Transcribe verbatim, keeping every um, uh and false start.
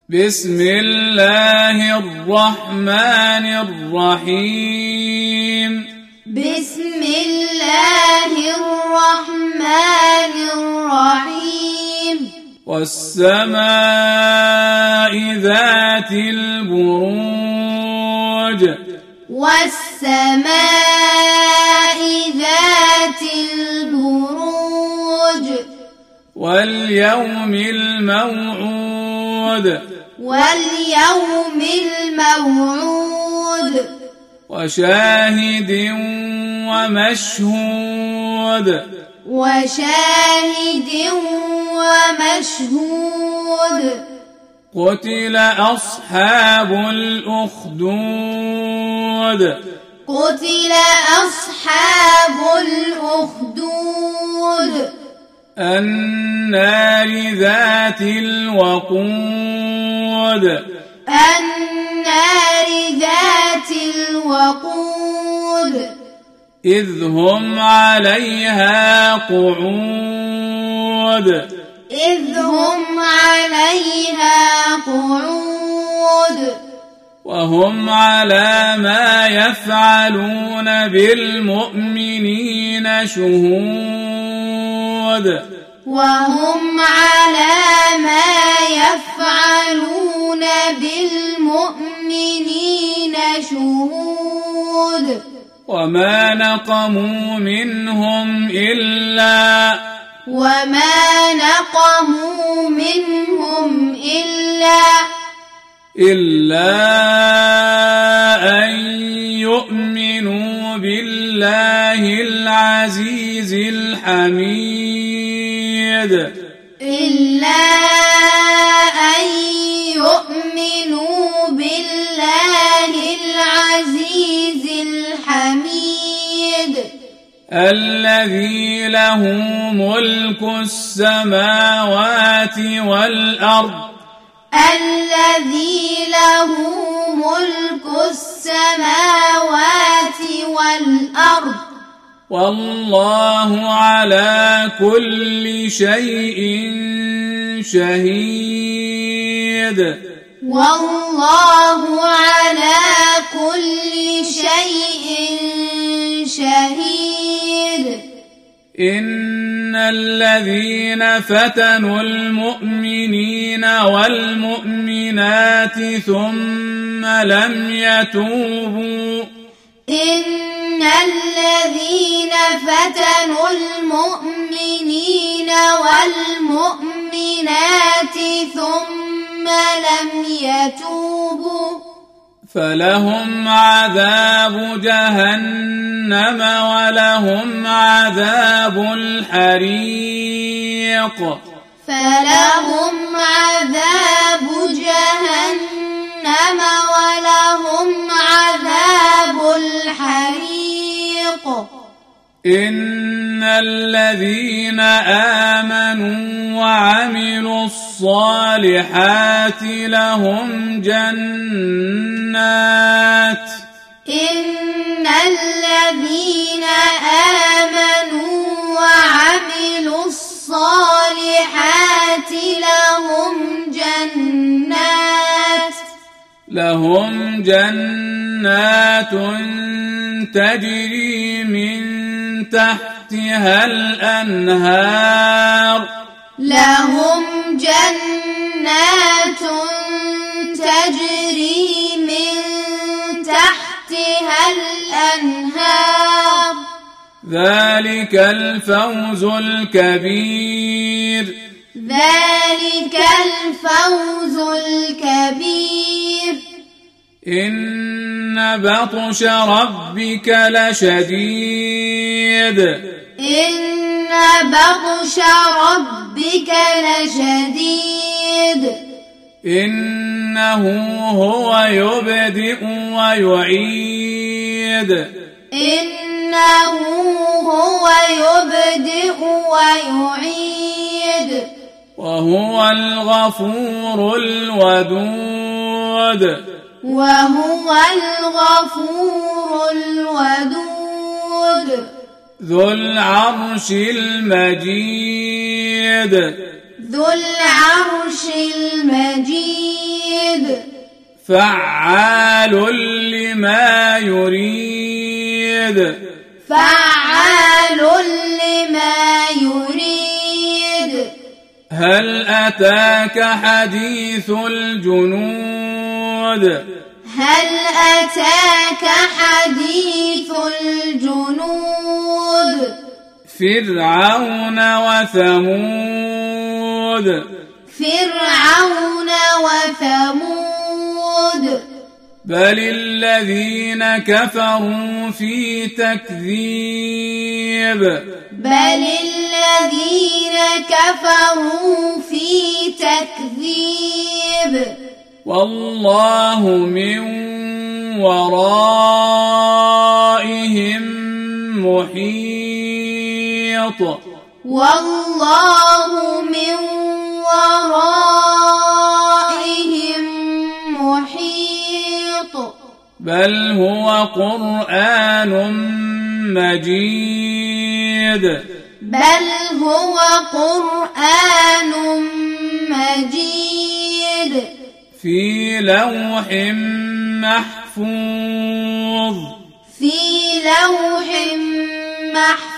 بسم الله الرحمن الرحيم بسم الله الرحمن الرحيم والسماء ذات البروج والسماء ذات البروج واليوم الموعود واليوم الموعود وشاهد ومشهود وشاهد ومشهود قتل أصحاب الأخدود قتل أصحاب الأخدود النار ذات الوقود النار ذات الوقود إذ هم عليها قعود إذ هم عليها قعود وهم على ما يفعلون بالمؤمنين شهود وهم على ما يفعلون بالمؤمنين شهود وما نقموا منهم إلا وما نقموا منهم إلا إلا أن يؤمنوا بالله العزيز الحميد إلا أن يؤمنوا بالله العزيز الحميد الذي له ملك السماوات والأرض الذي له ملك السماوات والأرض والله على كل شيء شهيد والله على كل شيء شهيد إن الذين فتنوا المؤمنين والمؤمنات ثم لم يتوبوا إن الذين فتنوا المؤمنين والمؤمنات ثم لم يتوبوا فلهم عذاب جهنم ولهم عذاب الحريق فلهم عذاب جهنم ولهم عذاب الحريق إن الذين آمنوا وعملوا الصالحات لهم جنات إن الذين آمنوا وعملوا الصالحات لهم جنات لهم جنات تجري من تحتها الأنهار لهم جنات تجري من تحتها الأنهار ذلك الفوز الكبير ذلك الفوز الكبير إن بطش ربك لشديد إن بطش ربك لشديد إنه هو يبدئ ويعيد إنه هو يبدئ ويعيد وهو الغفور الودود وهو الغفور الودود ذو العرش المجيد ذو العرش المجيد فعال لما يريد فعال لما يريد هل أتاك حديث الجنود هل أتاك حديث الجنود فرعون وثمود فرعون وثمود بل الذين كفروا في تكذيب بل الذين كفروا في تكذيب والله من ورائهم محيط والله من ورائهم محيط بل هو قرآن مجيد بل هو قرآن مجيد في لوح محفوظ في لوح محفوظ